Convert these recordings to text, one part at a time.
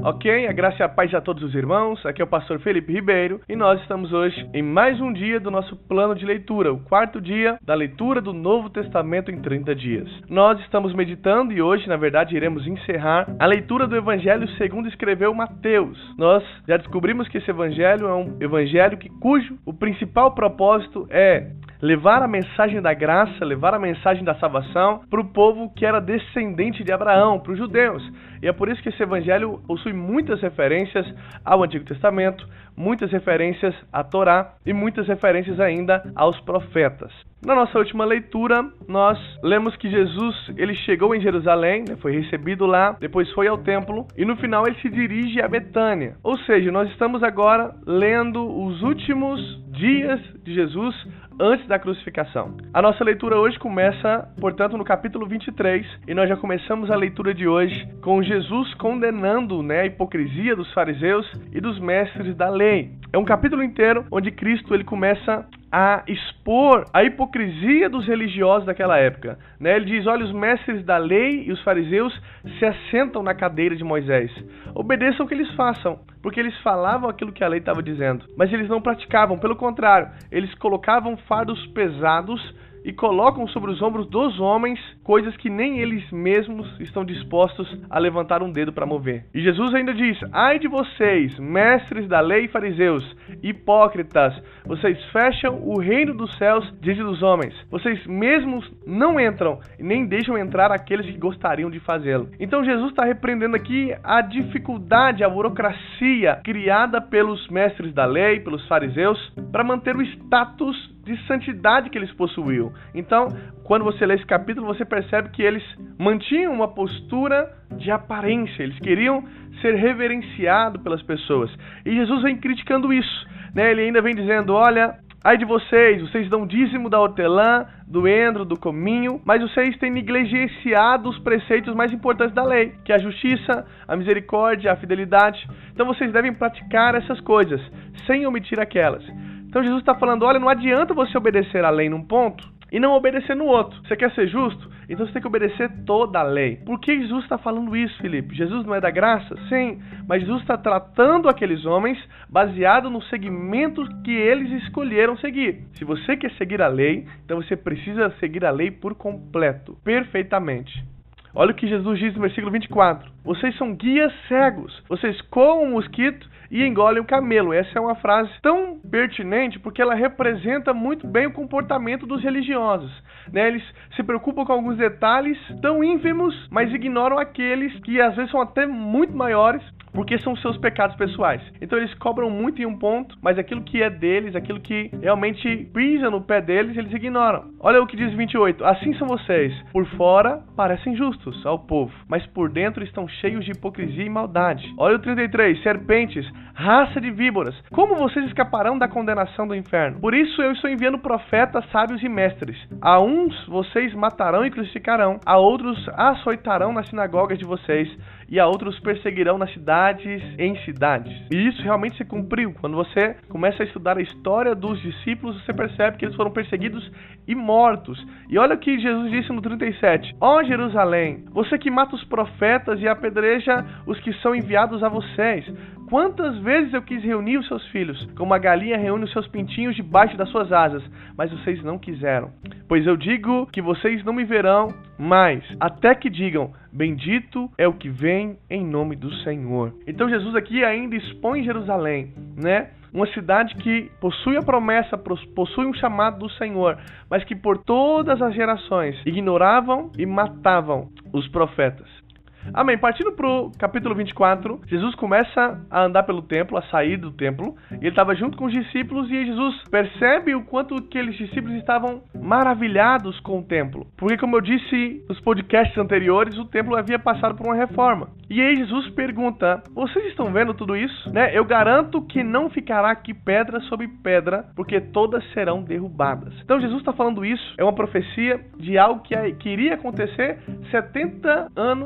Ok? A graça e a paz a todos os irmãos. Aqui é o pastor Felipe Ribeiro e nós estamos hoje em mais um dia do nosso plano de leitura, o quarto dia da leitura do Novo Testamento em 30 dias. Nós estamos meditando e hoje, na verdade, iremos encerrar a leitura do Evangelho segundo escreveu Mateus. Nós já descobrimos que esse Evangelho é um Evangelho cujo o principal propósito é levar a mensagem da graça, levar a mensagem da salvação para o povo que era descendente de Abraão, para os judeus. E é por isso que esse evangelho possui muitas referências ao Antigo Testamento, muitas referências à Torá e muitas referências ainda aos profetas. Na nossa última leitura, nós lemos que Jesus ele chegou em Jerusalém, foi recebido lá, depois foi ao templo e no final ele se dirige a Betânia. Ou seja, nós estamos agora lendo os últimos dias de Jesus antes da crucificação. A nossa leitura hoje começa, portanto, no capítulo 23 e nós já começamos a leitura de hoje com Jesus condenando, a hipocrisia dos fariseus e dos mestres da lei. É um capítulo inteiro onde Cristo ele começa a expor a hipocrisia dos religiosos daquela época. Ele diz, olha, os mestres da lei e os fariseus se assentam na cadeira de Moisés. Obedeçam o que eles façam, porque eles falavam aquilo que a lei estava dizendo, mas eles não praticavam. Pelo contrário, eles colocavam fardos pesados e colocam sobre os ombros dos homens coisas que nem eles mesmos estão dispostos a levantar um dedo para mover. E Jesus ainda diz, ai de vocês, mestres da lei e fariseus, hipócritas, vocês fecham o reino dos céus diante dos homens. Vocês mesmos não entram e nem deixam entrar aqueles que gostariam de fazê-lo. Então Jesus está repreendendo aqui a dificuldade, a burocracia criada pelos mestres da lei, pelos fariseus, para manter o status de santidade que eles possuíam. Então, quando você lê esse capítulo, você percebe que eles mantinham uma postura de aparência, eles queriam ser reverenciados pelas pessoas. E Jesus vem criticando isso, Ele ainda vem dizendo, olha, ai de vocês dão dízimo da hortelã, do endro, do cominho, mas vocês têm negligenciado os preceitos mais importantes da lei, que é a justiça, a misericórdia, a fidelidade. Então vocês devem praticar essas coisas, sem omitir aquelas. Então Jesus está falando, olha, não adianta você obedecer a lei num ponto e não obedecer no outro. Você quer ser justo? Então você tem que obedecer toda a lei. Por que Jesus está falando isso, Felipe? Jesus não é da graça? Sim, mas Jesus está tratando aqueles homens baseado no segmento que eles escolheram seguir. Se você quer seguir a lei, então você precisa seguir a lei por completo, perfeitamente. Olha o que Jesus diz no versículo 24. Vocês são guias cegos. Vocês coam o mosquito e engolem o camelo. Essa é uma frase tão pertinente porque ela representa muito bem o comportamento dos religiosos. Eles se preocupam com alguns detalhes tão ínfimos, mas ignoram aqueles que às vezes são até muito maiores, porque são seus pecados pessoais. Então eles cobram muito em um ponto, mas aquilo que é deles, aquilo que realmente pisa no pé deles, eles ignoram. Olha o que diz 28. Assim são vocês. Por fora parecem justos ao povo, mas por dentro estão cheios de hipocrisia e maldade. Olha o 33. Serpentes, raça de víboras, como vocês escaparão da condenação do inferno? Por isso eu estou enviando profetas, sábios e mestres. A uns vocês matarão e crucificarão, a outros açoitarão nas sinagogas de vocês, e a outros perseguirão nas cidades em cidades. E isso realmente se cumpriu. Quando você começa a estudar a história dos discípulos, você percebe que eles foram perseguidos e mortos. E olha o que Jesus disse no 37. Ó Jerusalém, você que mata os profetas e apedreja os que são enviados a vocês. Quantas vezes eu quis reunir os seus filhos, como a galinha reúne os seus pintinhos debaixo das suas asas, mas vocês não quiseram. Pois eu digo que vocês não me verão mais, até que digam, bendito é o que vem em nome do Senhor. Então Jesus aqui ainda expõe Jerusalém, uma cidade que possui a promessa, possui um chamado do Senhor, mas que por todas as gerações ignoravam e matavam os profetas. Amém. Partindo para o capítulo 24, Jesus começa a andar pelo templo, a sair do templo, e ele estava junto com os discípulos, e Jesus percebe o quanto aqueles discípulos estavam maravilhados com o templo. Porque, como eu disse nos podcasts anteriores, o templo havia passado por uma reforma. E aí Jesus pergunta, vocês estão vendo tudo isso? Eu garanto que não ficará aqui pedra sobre pedra, porque todas serão derrubadas. Então Jesus está falando isso, é uma profecia de algo que iria acontecer 70 anos depois.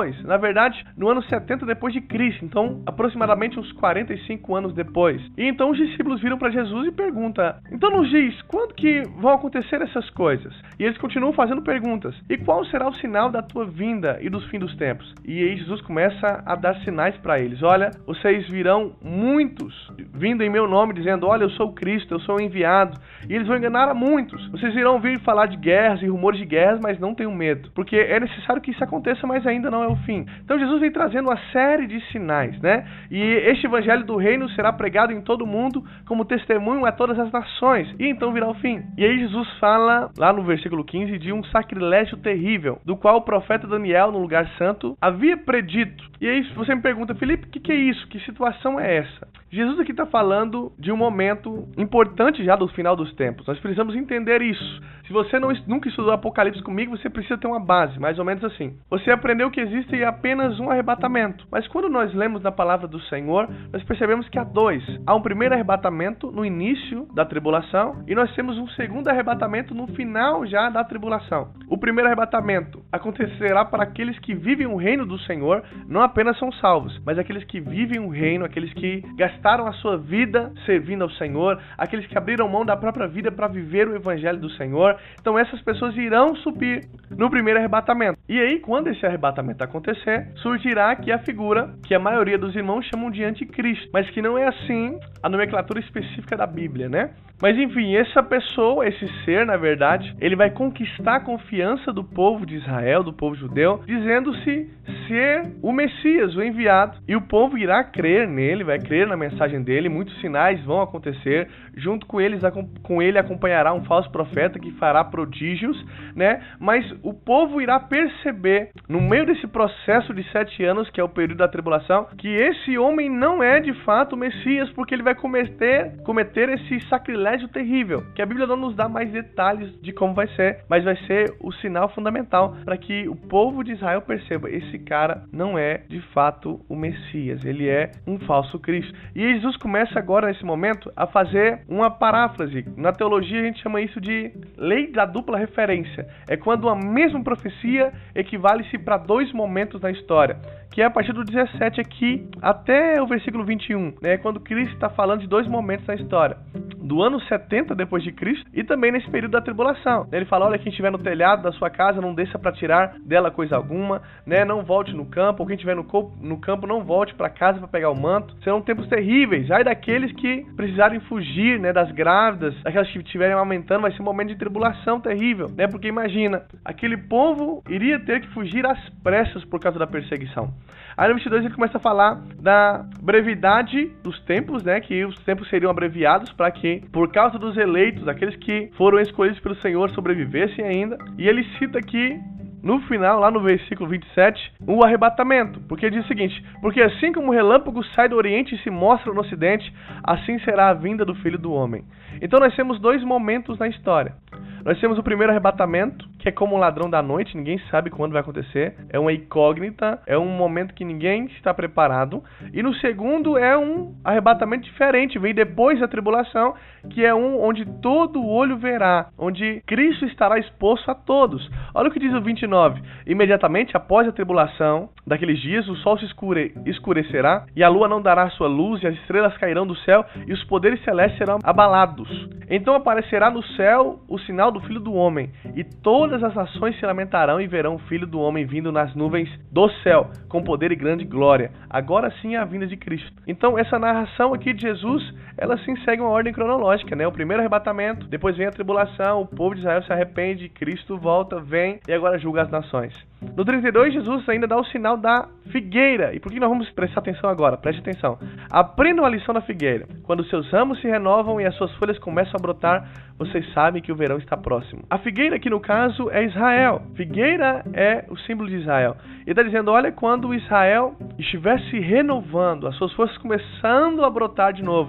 depois. Na verdade, no ano 70 depois de Cristo. Então, aproximadamente uns 45 anos depois. E então os discípulos viram para Jesus e perguntam: então nos diz, quando que vão acontecer essas coisas? E eles continuam fazendo perguntas. E qual será o sinal da tua vinda e dos fim dos tempos? E aí Jesus começa a dar sinais para eles. Olha, vocês virão muitos vindo em meu nome, dizendo: olha, eu sou o Cristo, eu sou o enviado. E eles vão enganar a muitos. Vocês irão ouvir falar de guerras e rumores de guerras, mas não tenham medo, porque é necessário que isso aconteça, mas ainda não é o fim. Então Jesus vem trazendo uma série de sinais, né? E este evangelho do reino será pregado em todo o mundo como testemunho a todas as nações, e então virá o fim. E aí Jesus fala, lá no versículo 15, de um sacrilégio terrível, do qual o profeta Daniel, no lugar santo, havia predito. E aí você me pergunta: Felipe, o que é isso? Que situação é essa? Jesus aqui está falando de um momento importante já do final dos tempos. Nós precisamos entender isso. Se você nunca estudou Apocalipse comigo, você precisa ter uma base, mais ou menos assim. Você aprendeu que existe apenas um arrebatamento. Mas quando nós lemos na palavra do Senhor, nós percebemos que há dois. Há um primeiro arrebatamento no início da tribulação e nós temos um segundo arrebatamento no final já da tribulação. O primeiro arrebatamento acontecerá para aqueles que vivem o reino do Senhor, não apenas são salvos, mas aqueles que vivem o reino, aqueles que gastaram a sua vida servindo ao Senhor, aqueles que abriram mão da própria vida para viver o evangelho do Senhor. Então essas pessoas irão subir no primeiro arrebatamento. E aí, quando esse arrebatamento acontecer, surgirá aqui a figura que a maioria dos irmãos chamam de anticristo, mas que não é assim a nomenclatura específica da Bíblia, né? Mas enfim, essa pessoa, esse ser, na verdade, ele vai conquistar a confiança do povo de Israel, do povo judeu, dizendo-se ser o Messias, o enviado. E o povo irá crer nele, vai crer na mensagem dele, muitos sinais vão acontecer. Junto com ele acompanhará um falso profeta que fará prodígios, né? Mas o povo irá perceber, no meio desse processo de 7 anos, que é o período da tribulação, que esse homem não é de fato o Messias, porque ele vai cometer esse sacrilégio terrível, que a Bíblia não nos dá mais detalhes de como vai ser, mas vai ser o sinal fundamental para que o povo de Israel perceba: esse cara não é de fato o Messias, ele é um falso Cristo. E Jesus começa agora, nesse momento, a fazer uma paráfrase. Na teologia a gente chama isso de lei da dupla referência. É quando a mesma profecia equivale-se para 2 momentos na história, que é a partir do 17 aqui até o versículo 21, né? Quando Cristo está falando de 2 momentos na história, do ano 70 depois de Cristo e também nesse período da tribulação. Ele fala: olha, quem estiver no telhado da sua casa, não desça para tirar dela coisa alguma, né? Não volte no campo, ou quem estiver no campo, não volte para casa para pegar o manto. Serão tempos terríveis. Ai daqueles que precisarem fugir, né? Das grávidas, daquelas que estiverem aumentando, vai ser um momento de tribulação terrível, né? Porque imagina, aquele povo iria ter que fugir às pressas por causa da perseguição. Aí no 22 ele começa a falar da brevidade dos tempos, né? Que os tempos seriam abreviados para que, por causa dos eleitos, aqueles que foram escolhidos pelo Senhor, sobrevivessem ainda. E ele cita aqui, no final, lá no versículo 27, o arrebatamento, porque diz o seguinte: porque assim como o relâmpago sai do Oriente e se mostra no Ocidente, assim será a vinda do Filho do Homem. Então nós temos 2 momentos na história. Nós temos o primeiro arrebatamento, que é como um ladrão da noite, ninguém sabe quando vai acontecer, é uma incógnita, é um momento que ninguém está preparado. E no segundo é um arrebatamento diferente, vem depois da tribulação, que é onde todo olho verá, onde Cristo estará exposto a todos. Olha o que diz o 29: imediatamente após a tribulação daqueles dias, o sol se escurecerá, e a lua não dará sua luz, e as estrelas cairão do céu, e os poderes celestes serão abalados. Então aparecerá no céu o sinal do Filho do Homem, e todas as nações se lamentarão e verão o Filho do Homem vindo nas nuvens do céu, com poder e grande glória. Agora sim é a vinda de Cristo. Então essa narração aqui de Jesus, ela sim segue uma ordem cronológica, né? O primeiro arrebatamento, depois vem a tribulação, o povo de Israel se arrepende, Cristo volta, vem e agora julga as nações. No 32, Jesus ainda dá o sinal da figueira. E por que nós vamos prestar atenção agora? Preste atenção. Aprendam a lição da figueira. Quando seus ramos se renovam e as suas folhas começam a brotar, vocês sabem que o verão está próximo. A figueira aqui no caso é Israel. Figueira é o símbolo de Israel. Ele está dizendo: olha, quando Israel estiver se renovando, as suas forças começando a brotar de novo,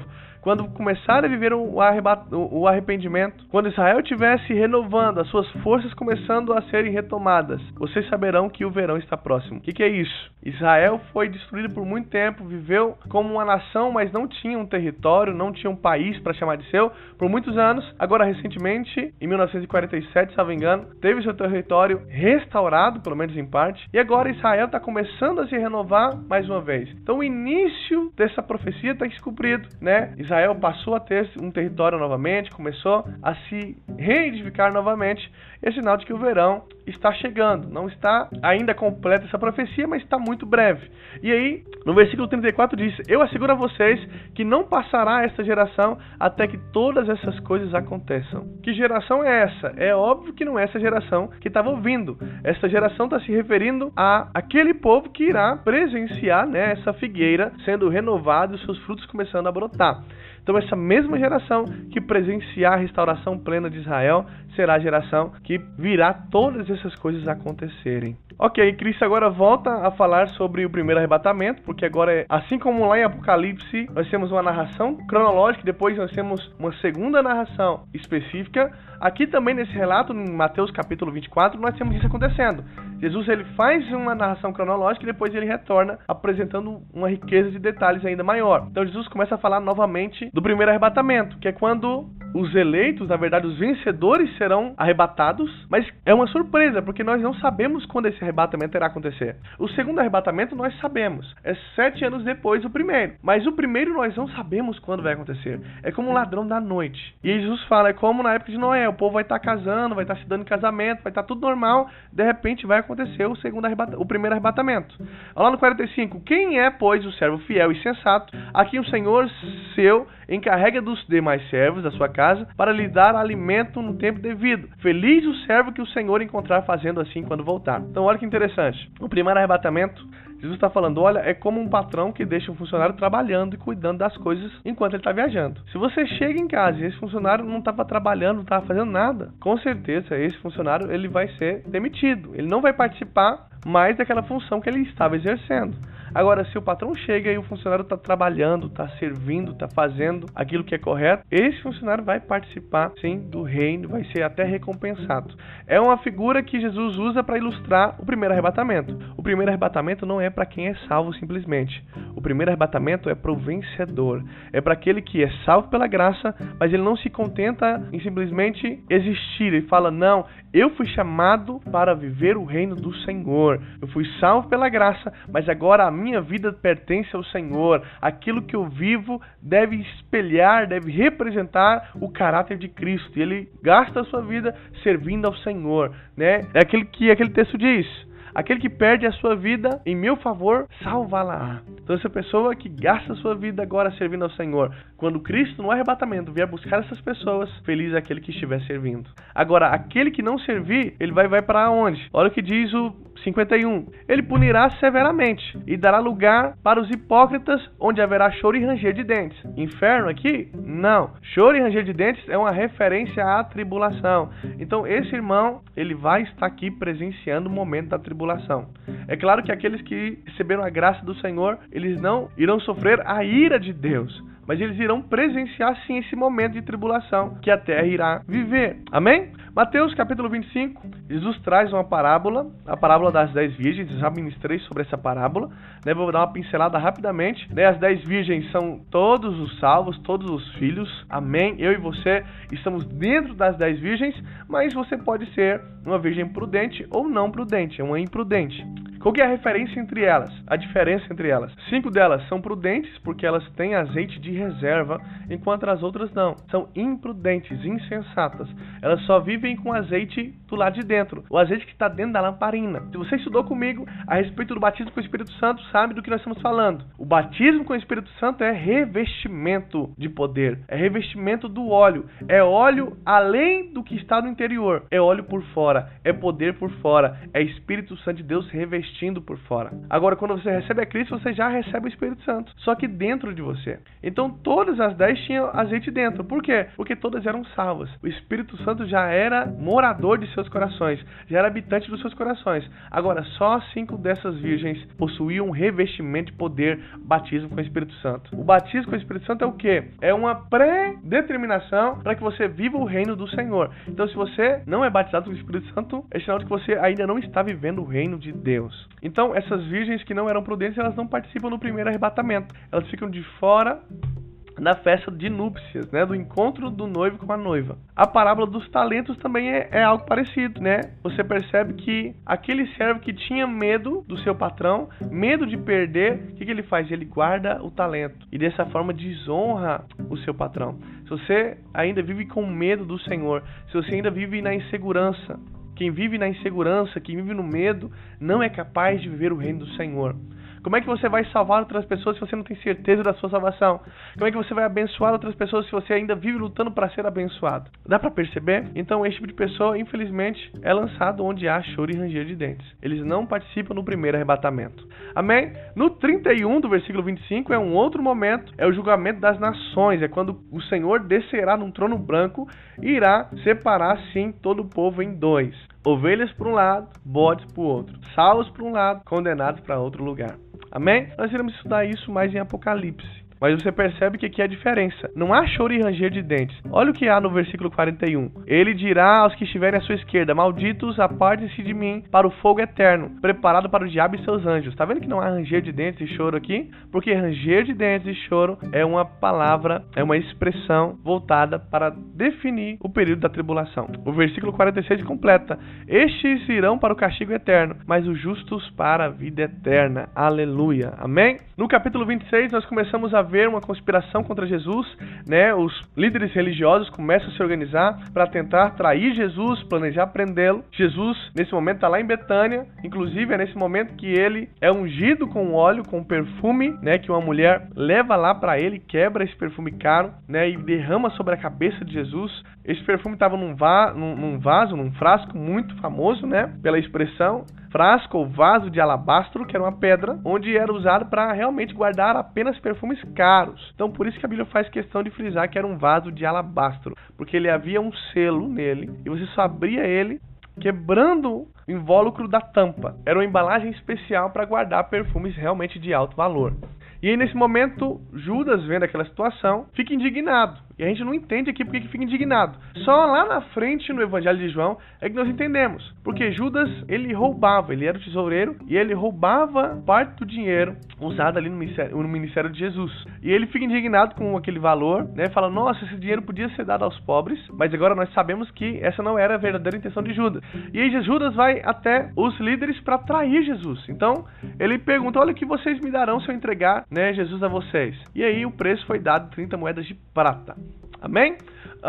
quando começarem a viver o arrependimento, quando Israel estivesse renovando, as suas forças começando a serem retomadas, vocês saberão que o verão está próximo. O que é isso? Israel foi destruído por muito tempo, viveu como uma nação, mas não tinha um território, não tinha um país para chamar de seu, por muitos anos. Agora, recentemente, em 1947, se não me engano, teve seu território restaurado, pelo menos em parte, e agora Israel está começando a se renovar mais uma vez. Então, o início dessa profecia está se cumprido, né? Israel passou a ter um território novamente, começou a se reedificar novamente. É sinal de que o verão está chegando. Não está ainda completa essa profecia, mas está muito breve. E aí, no versículo 34 diz: eu asseguro a vocês que não passará esta geração até que todas essas coisas aconteçam. Que geração é essa? É óbvio que não é essa geração que estava ouvindo. Essa geração está se referindo a aquele povo que irá presenciar, né, essa figueira sendo renovada e os seus frutos começando a brotar. Então, essa mesma geração que presenciar a restauração plena de Israel será a geração que virá todas essas coisas acontecerem. Ok, Cristo agora volta a falar sobre o primeiro arrebatamento, porque agora, assim como lá em Apocalipse, nós temos uma narração cronológica e depois nós temos uma segunda narração específica. Aqui também nesse relato, em Mateus capítulo 24, nós temos isso acontecendo. Jesus ele faz uma narração cronológica e depois ele retorna apresentando uma riqueza de detalhes ainda maior. Então Jesus começa a falar novamente do primeiro arrebatamento, que é quando os eleitos, na verdade os vencedores, serão arrebatados, mas é uma surpresa, porque nós não sabemos quando esse arrebatamento irá acontecer. O segundo arrebatamento nós sabemos, é 7 anos depois do primeiro, mas o primeiro nós não sabemos quando vai acontecer. É como um ladrão da noite. E Jesus fala, é como na época de Noé, o povo vai estar casando, vai estar se dando em casamento, vai estar tudo normal, de repente vai acontecer o primeiro arrebatamento. Lá no 45, quem é, pois, o servo fiel e sensato, a quem o Senhor seu encarrega dos demais servos da sua casa, para lhe dar alimento no tempo devido. Feliz o servo que o Senhor encontrar fazendo assim quando voltar. Então olha que interessante. No primeiro arrebatamento, Jesus está falando, olha, é como um patrão que deixa um funcionário trabalhando e cuidando das coisas enquanto ele está viajando. Se você chega em casa e esse funcionário não estava trabalhando, não estava fazendo nada, com certeza esse funcionário ele vai ser demitido. Ele não vai participar mais daquela função que ele estava exercendo. Agora, se o patrão chega e o funcionário está trabalhando, está servindo, está fazendo aquilo que é correto, esse funcionário vai participar, sim, do reino, vai ser até recompensado. É uma figura que Jesus usa para ilustrar o primeiro arrebatamento. O primeiro arrebatamento não é para quem é salvo simplesmente. O primeiro arrebatamento é para o vencedor. É para aquele que é salvo pela graça, mas ele não se contenta em simplesmente existir. Ele fala, não, eu fui chamado para viver o reino do Senhor. Eu fui salvo pela graça, mas agora a minha vida pertence ao Senhor. Aquilo que eu vivo deve espelhar, deve representar o caráter de Cristo. E ele gasta a sua vida servindo ao Senhor, né? É aquele que aquele texto diz: aquele que perde a sua vida em meu favor, salvá-la. Então essa pessoa que gasta a sua vida agora servindo ao Senhor, quando Cristo no arrebatamento vier buscar essas pessoas, feliz é aquele que estiver servindo. Agora, aquele que não servir, ele vai para onde? Olha o que diz o 51. Ele punirá severamente e dará lugar para os hipócritas, onde haverá choro e ranger de dentes. Inferno aqui? Não. Choro e ranger de dentes é uma referência à tribulação. Então esse irmão, ele vai estar aqui presenciando o momento da tribulação. É claro que aqueles que receberam a graça do Senhor, eles não irão sofrer a ira de Deus, mas eles irão presenciar sim esse momento de tribulação que a terra irá viver. Amém? Mateus capítulo 25, Jesus traz uma parábola, a parábola das 10 virgens. Eu já ministrei sobre essa parábola, né? Vou dar uma pincelada rapidamente, né? As 10 virgens são todos os salvos, todos os filhos. Amém? Eu e você estamos dentro das 10 virgens, mas você pode ser uma virgem prudente ou não prudente, uma imprudente. Qual que é a referência entre elas? A diferença entre elas? 5 delas são prudentes porque elas têm azeite de reserva, enquanto as outras não. São imprudentes, insensatas. Elas só vivem com azeite do lado de dentro, o azeite que está dentro da lamparina. Se você estudou comigo a respeito do batismo com o Espírito Santo, sabe do que nós estamos falando. O batismo com o Espírito Santo é revestimento de poder, é revestimento do óleo. É óleo além do que está no interior, é óleo por fora, é poder por fora, é Espírito Santo de Deus revestindo por fora. Agora, quando você recebe a Cristo, você já recebe o Espírito Santo, só que dentro de você. Então, todas as 10 tinham azeite dentro. Por quê? Porque todas eram salvas. O Espírito Santo já era morador de seus corações, já era habitante dos seus corações. Agora, só 5 dessas virgens possuíam um revestimento de poder, batismo com o Espírito Santo. O batismo com o Espírito Santo é o quê? É uma pré-determinação para que você viva o reino do Senhor. Então, se você não é batizado com o Espírito Santo, é sinal de que você ainda não está vivendo o reino de Deus. Então, essas virgens que não eram prudentes, elas não participam no primeiro arrebatamento. Elas ficam de fora da festa de núpcias, né, do encontro do noivo com a noiva. A parábola dos talentos também é algo parecido, né? Você percebe que aquele servo que tinha medo do seu patrão, medo de perder, o que ele faz? Ele guarda o talento e dessa forma desonra o seu patrão. Se você ainda vive com medo do Senhor, se você ainda vive na insegurança, quem vive na insegurança, quem vive no medo, não é capaz de viver o reino do Senhor. Como é que você vai salvar outras pessoas se você não tem certeza da sua salvação? Como é que você vai abençoar outras pessoas se você ainda vive lutando para ser abençoado? Dá para perceber? Então, esse tipo de pessoa, infelizmente, é lançado onde há choro e ranger de dentes. Eles não participam no primeiro arrebatamento. Amém? No 31 do versículo 25 é um outro momento, é o julgamento das nações. É quando o Senhor descerá num trono branco e irá separar, sim, todo o povo em 2. Ovelhas para um lado, bodes para o outro. Salvos para um lado, condenados para outro lugar. Amém? Nós iremos estudar isso mais em Apocalipse. Mas você percebe que aqui é a diferença. Não há choro e ranger de dentes. Olha o que há no versículo 41. Ele dirá aos que estiverem à sua esquerda: malditos, apartem-se de mim para o fogo eterno, preparado para o diabo e seus anjos. Está vendo que não há ranger de dentes e choro aqui? Porque ranger de dentes e choro é uma palavra, é uma expressão voltada para definir o período da tribulação. O versículo 46 completa: estes irão para o castigo eterno, mas os justos para a vida eterna. Aleluia. Amém? No capítulo 26 nós começamos a ver uma conspiração contra Jesus, né? Os líderes religiosos começam a se organizar para tentar trair Jesus, planejar prendê-lo. Jesus, nesse momento, está lá em Betânia. Inclusive, é nesse momento que ele é ungido com óleo, com perfume, né? Que uma mulher leva lá para ele, quebra esse perfume caro, né? E derrama sobre a cabeça de Jesus. Esse perfume estava num vaso, num frasco muito famoso, né? Pela expressão. Frasco ou vaso de alabastro, que era uma pedra, onde era usado para realmente guardar apenas perfumes caros. Então, por isso que a Bíblia faz questão de frisar que era um vaso de alabastro, porque ele havia um selo nele, e você só abria ele quebrando o invólucro da tampa. Era uma embalagem especial para guardar perfumes realmente de alto valor. E aí, nesse momento, Judas, vendo aquela situação, fica indignado. E a gente não entende aqui porque que fica indignado. Só lá na frente, no Evangelho de João, é que nós entendemos. Porque Judas, ele roubava, ele era o tesoureiro, e ele roubava parte do dinheiro usado ali no ministério de Jesus. E ele fica indignado com aquele valor, né? Fala: nossa, esse dinheiro podia ser dado aos pobres, mas agora nós sabemos que essa não era a verdadeira intenção de Judas. E aí Judas vai até os líderes para trair Jesus. Então, ele pergunta: olha, o que vocês me darão se eu entregar, né, Jesus a vocês? E aí o preço foi dado 30 moedas de prata. Amém?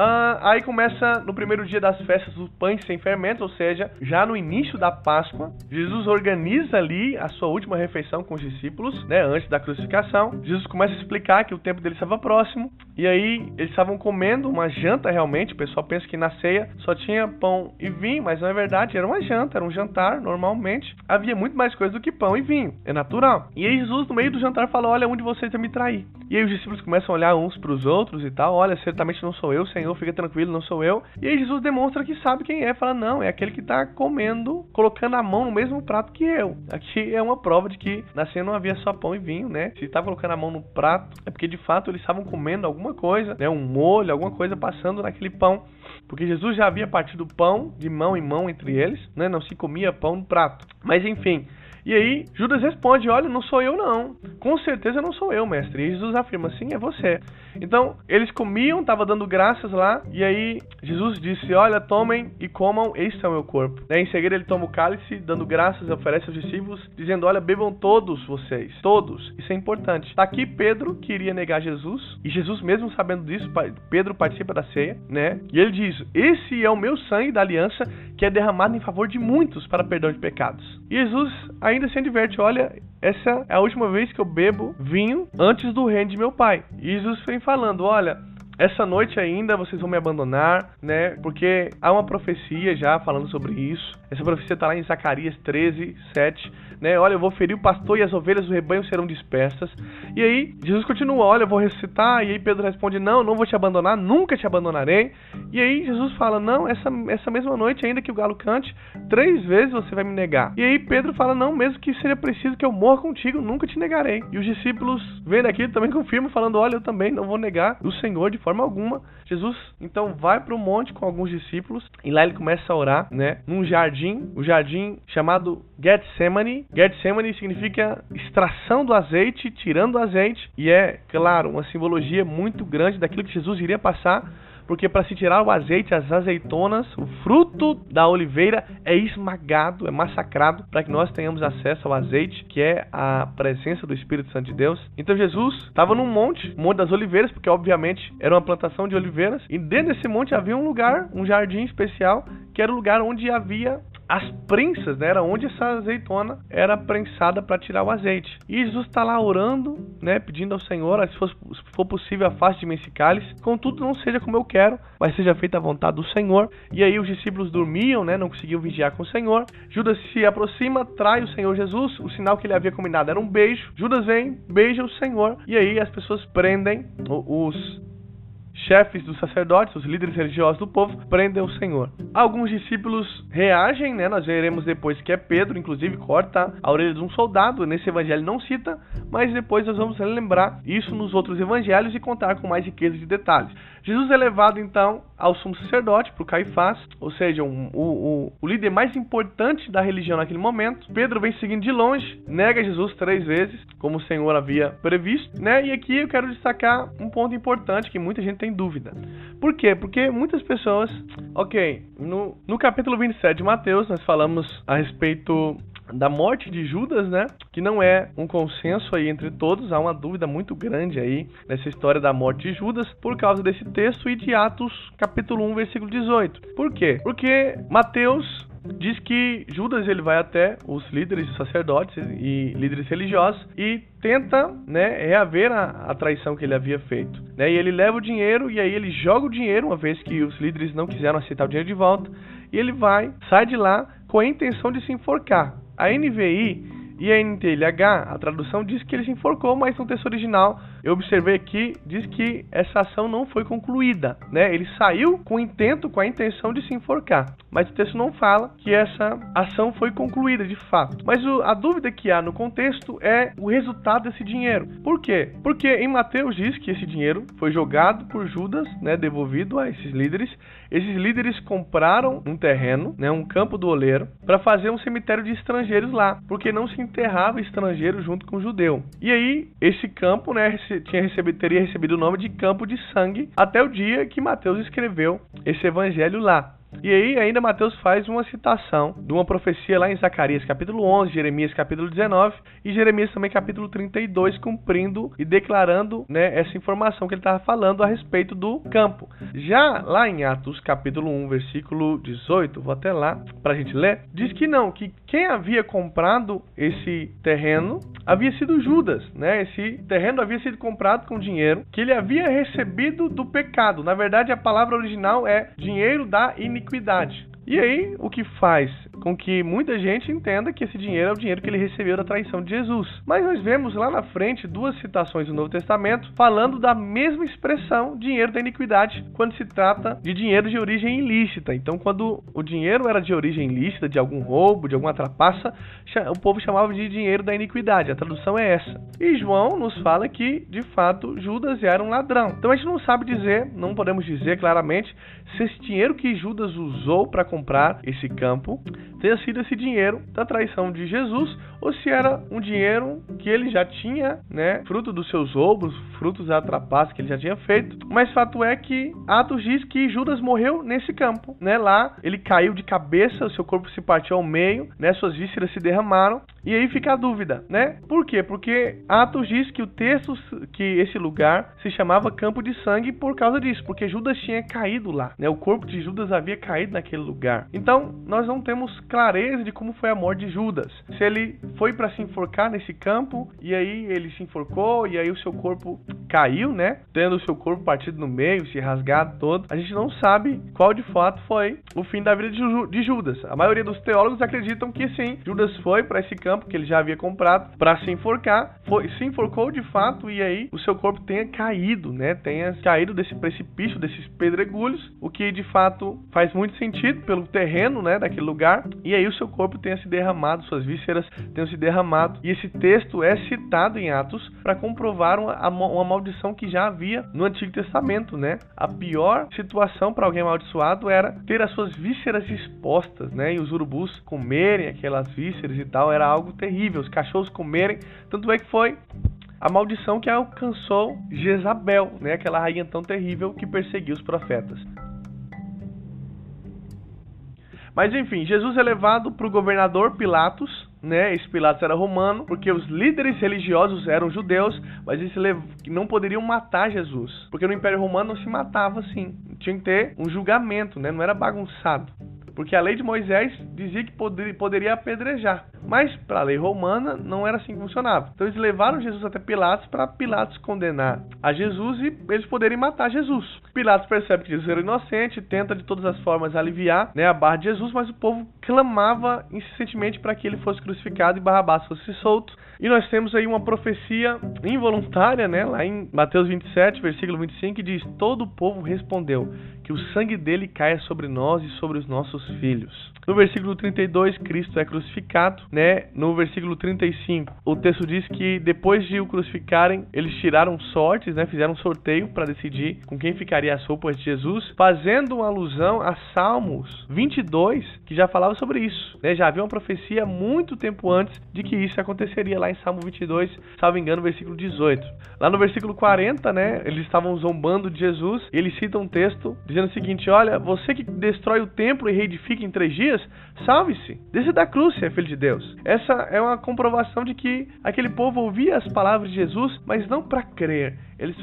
Aí começa no primeiro dia das festas dos pães sem fermento, ou seja, já no início da Páscoa, Jesus organiza ali a sua última refeição com os discípulos, né, antes da crucificação. Jesus começa a explicar que o tempo dele estava próximo, e aí eles estavam comendo uma janta realmente. O pessoal pensa que na ceia só tinha pão e vinho, mas não é verdade, era uma janta, era um jantar normalmente. Havia muito mais coisa do que pão e vinho, é natural. E aí Jesus, no meio do jantar, fala: olha, um de vocês vai me trair. E aí os discípulos começam a olhar uns para os outros e tal: olha, certamente não sou eu, Senhor, fica tranquilo, não sou eu. E aí Jesus demonstra que sabe quem é, fala: não, é aquele que está comendo, colocando a mão no mesmo prato que eu. Aqui é uma prova de que na ceia não havia só pão e vinho, né? Se está colocando a mão no prato, é porque de fato eles estavam comendo alguma coisa, né? Um molho, alguma coisa passando naquele pão. Porque Jesus já havia partido o pão de mão em mão entre eles, né? Não se comia pão no prato. Mas enfim. E aí, Judas responde: olha, não sou eu não. Com certeza não sou eu, mestre. E Jesus afirma: sim, é você. Então, eles comiam, estavam dando graças lá. E aí, Jesus disse: olha, tomem e comam, este é o meu corpo. Em seguida, ele toma o cálice, dando graças, oferece aos discípulos, dizendo: olha, bebam todos vocês. Todos. Isso é importante. Tá aqui Pedro, que iria negar Jesus. E Jesus, mesmo sabendo disso, Pedro participa da ceia, né? E ele diz: esse é o meu sangue da aliança, que é derramado em favor de muitos para perdão de pecados. E Jesus ainda se adverte: olha, essa é a última vez que eu bebo vinho antes do reino de meu pai. E Jesus vem falando: olha, essa noite ainda vocês vão me abandonar, né? Porque há uma profecia já falando sobre isso. Essa profecia está lá em Zacarias 13, 7, né? Olha, eu vou ferir o pastor e as ovelhas do rebanho serão dispersas. E aí, Jesus continua, olha, eu vou ressuscitar. E aí Pedro responde, não vou te abandonar, nunca te abandonarei. E aí Jesus fala, não, essa mesma noite, ainda que o galo cante, 3 vezes você vai me negar. E aí Pedro fala, não, mesmo que seja preciso que eu morra contigo, nunca te negarei. E os discípulos, vendo aquilo, também confirmam, falando, olha, eu também não vou negar o Senhor de forma alguma. Jesus, então, vai para o monte com alguns discípulos, e lá ele começa a orar, né, num jardim, o jardim chamado Getsemane. Getsemane significa extração do azeite, tirando o azeite, e é, claro, uma simbologia muito grande daquilo que Jesus iria passar, porque para se tirar o azeite, as azeitonas, o fruto da oliveira é esmagado, é massacrado, para que nós tenhamos acesso ao azeite, que é a presença do Espírito Santo de Deus. Então Jesus estava num monte das oliveiras, porque obviamente era uma plantação de oliveiras, e dentro desse monte havia um lugar, um jardim especial, que era o lugar onde havia as prensas, né? Era onde essa azeitona era prensada para tirar o azeite. E Jesus está lá orando, né? Pedindo ao Senhor, se for possível, afaste de mim esse cálice. Contudo, não seja como eu quero, mas seja feita a vontade do Senhor. E aí os discípulos dormiam, né? Não conseguiam vigiar com o Senhor. Judas se aproxima, trai o Senhor Jesus. O sinal que ele havia combinado era um beijo. Judas vem, beija o Senhor. E aí as pessoas prendem os chefes dos sacerdotes, os líderes religiosos do povo, prendem o Senhor. Alguns discípulos reagem, né? Nós veremos depois que é Pedro, inclusive corta a orelha de um soldado. Nesse evangelho não cita, mas depois nós vamos lembrar isso nos outros evangelhos e contar com mais riqueza de detalhes. Jesus é levado então ao sumo sacerdote, para o Caifás, ou seja, o líder mais importante da religião naquele momento. Pedro vem seguindo de longe, nega Jesus 3 vezes, como o Senhor havia previsto, né? E aqui eu quero destacar um ponto importante que muita gente tem dúvida. Por quê? Porque muitas pessoas, no capítulo 27 de Mateus, nós falamos a respeito da morte de Judas, né? Que não é um consenso aí entre todos, há uma dúvida muito grande aí nessa história da morte de Judas por causa desse texto e de Atos capítulo 1, versículo 18. Por quê? Porque Mateus diz que Judas ele vai até os líderes sacerdotes e líderes religiosos e tenta, né, reaver a traição que ele havia feito, né? E ele leva o dinheiro e aí ele joga o dinheiro, uma vez que os líderes não quiseram aceitar o dinheiro de volta, e ele sai de lá com a intenção de se enforcar. A NVI e a NTLH, a tradução diz que ele se enforcou, mas no texto original, eu observei aqui, diz que essa ação não foi concluída, né? Ele saiu com a intenção de se enforcar, mas o texto não fala que essa ação foi concluída de fato. Mas a dúvida que há no contexto é o resultado desse dinheiro. Por quê? Porque em Mateus diz que esse dinheiro foi jogado por Judas, né, devolvido a esses líderes. Esses líderes compraram um terreno, né, um campo do oleiro, para fazer um cemitério de estrangeiros lá, porque não se enterrava estrangeiro junto com o judeu. E aí, esse campo, né, teria recebido o nome de Campo de Sangue até o dia que Mateus escreveu esse evangelho lá. E aí ainda Mateus faz uma citação de uma profecia lá em Zacarias capítulo 11, Jeremias capítulo 19 e Jeremias também capítulo 32, cumprindo e declarando, né, essa informação que ele estava falando a respeito do campo. Já lá em Atos capítulo 1, versículo 18, vou até lá para a gente ler, diz que não, que quem havia comprado esse terreno havia sido Judas, né? Esse terreno havia sido comprado com dinheiro que ele havia recebido do pecado. Na verdade, a palavra original é dinheiro da iniquidade. E aí, o que faz com que muita gente entenda que esse dinheiro é o dinheiro que ele recebeu da traição de Jesus. Mas nós vemos lá na frente 2 citações do Novo Testamento falando da mesma expressão, dinheiro da iniquidade, quando se trata de dinheiro de origem ilícita. Então, quando o dinheiro era de origem ilícita, de algum roubo, de alguma trapaça, o povo chamava de dinheiro da iniquidade. A tradução é essa. E João nos fala que, de fato, Judas era um ladrão. Então, a gente não sabe dizer, não podemos dizer claramente, se esse dinheiro que Judas usou para comprar esse campo tenha sido esse dinheiro da traição de Jesus ou se era um dinheiro que ele já tinha, né, fruto dos seus roubos, frutos da trapaça que ele já tinha feito. Mas fato é que Atos diz que Judas morreu nesse campo, né? Lá ele caiu de cabeça, o seu corpo se partiu ao meio, né? Suas vísceras se derramaram E aí fica a dúvida, né? Por quê? Porque Atos diz que que esse lugar se chamava Campo de Sangue por causa disso, porque Judas tinha caído lá, né? O corpo de Judas havia caído naquele lugar. Então, nós não temos clareza de como foi a morte de Judas. Se ele foi para se enforcar nesse campo, e aí ele se enforcou, e aí o seu corpo caiu, né? Tendo o seu corpo partido no meio, se rasgado todo. A gente não sabe qual de fato foi o fim da vida de Judas. A maioria dos teólogos acreditam que sim, Judas foi para esse campo que ele já havia comprado para se enforcar, se enforcou de fato, e aí o seu corpo tenha caído, né? Tenha caído desse precipício, desses pedregulhos, o que de fato faz muito sentido pelo terreno, né, daquele lugar, e aí o seu corpo tenha se derramado, suas vísceras tenham se derramado. E esse texto é citado em Atos para comprovar uma maldição que já havia no Antigo Testamento, né? A pior situação para alguém amaldiçoado era ter as suas vísceras expostas, né? E os urubus comerem aquelas vísceras e tal, era algo terrível, os cachorros comerem, tanto é que foi a maldição que alcançou Jezabel, né? Aquela rainha tão terrível que perseguiu os profetas. Mas enfim, Jesus é levado para o governador Pilatos, né? Esse Pilatos era romano, porque os líderes religiosos eram judeus, mas eles não poderiam matar Jesus, porque no Império Romano não se matava assim, tinha que ter um julgamento, né? Não era bagunçado. Porque a lei de Moisés dizia que poderia apedrejar. Mas para a lei romana não era assim que funcionava. Então eles levaram Jesus até Pilatos para Pilatos condenar a Jesus e eles poderem matar Jesus. Pilatos percebe que Jesus era inocente, tenta de todas as formas aliviar, né, a barra de Jesus, mas o povo clamava incessantemente para que ele fosse crucificado e Barrabás fosse solto. E nós temos aí uma profecia involuntária, né, lá em Mateus 27, versículo 25, que diz: todo o povo respondeu, que o sangue dele caia sobre nós e sobre os nossos filhos. No versículo 32, Cristo é crucificado, né? No versículo 35, o texto diz que depois de o crucificarem, eles tiraram sortes, né? Fizeram um sorteio para decidir com quem ficaria as roupas de Jesus, fazendo uma alusão a Salmos 22, que já falava sobre isso, né? Já havia uma profecia muito tempo antes de que isso aconteceria, lá em Salmo 22, salvo engano, versículo 18. Lá no versículo 40, né? Eles estavam zombando de Jesus, e eles citam um texto dizendo o seguinte: olha, você que destrói o templo e reedifica em 3 dias, salve-se, desça da cruz, se é filho de Deus. Essa é uma comprovação de que aquele povo ouvia as palavras de Jesus, mas não para crer.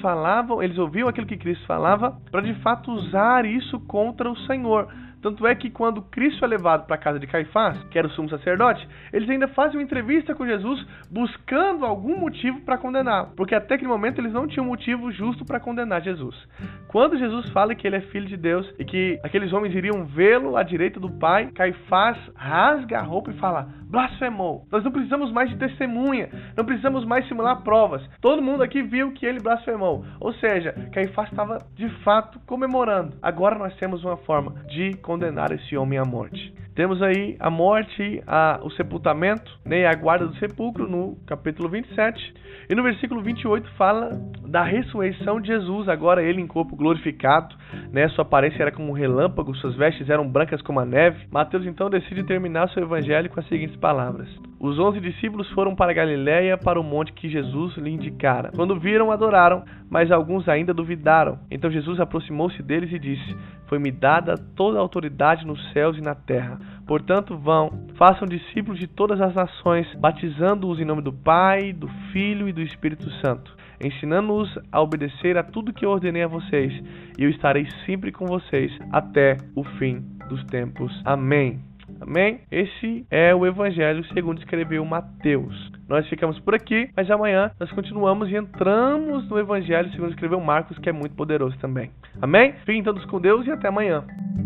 Eles ouviam aquilo que Cristo falava para de fato usar isso contra o Senhor. Tanto é que quando Cristo é levado para a casa de Caifás, que era o sumo sacerdote, eles ainda fazem uma entrevista com Jesus buscando algum motivo para condená-lo, porque até aquele momento eles não tinham motivo justo para condenar Jesus. Quando Jesus fala que ele é filho de Deus e que aqueles homens iriam vê-lo à direita do Pai, Caifás rasga a roupa e fala: blasfemou. Nós não precisamos mais de testemunha, não precisamos mais simular provas. Todo mundo aqui viu que ele blasfemou. Ou seja, Caifás estava de fato comemorando. Agora nós temos uma forma de condenar esse homem à morte. Temos aí a morte, o sepultamento, né, e a guarda do sepulcro no capítulo 27. E no versículo 28 fala da ressurreição de Jesus, agora ele em corpo glorificado, né, sua aparência era como um relâmpago, suas vestes eram brancas como a neve. Mateus então decide terminar seu evangelho com as seguintes palavras: os 11 discípulos foram para Galiléia, para o monte que Jesus lhe indicara. Quando viram, adoraram, mas alguns ainda duvidaram. Então Jesus aproximou-se deles e disse: foi-me dada toda a autoridade nos céus e na terra. Portanto, vão, façam discípulos de todas as nações, batizando-os em nome do Pai, do Filho e do Espírito Santo, ensinando-os a obedecer a tudo que eu ordenei a vocês, e eu estarei sempre com vocês até o fim dos tempos. Amém. Amém? Esse é o Evangelho segundo escreveu Mateus. Nós ficamos por aqui, mas amanhã nós continuamos e entramos no Evangelho segundo escreveu Marcos, que é muito poderoso também. Amém? Fiquem todos com Deus e até amanhã.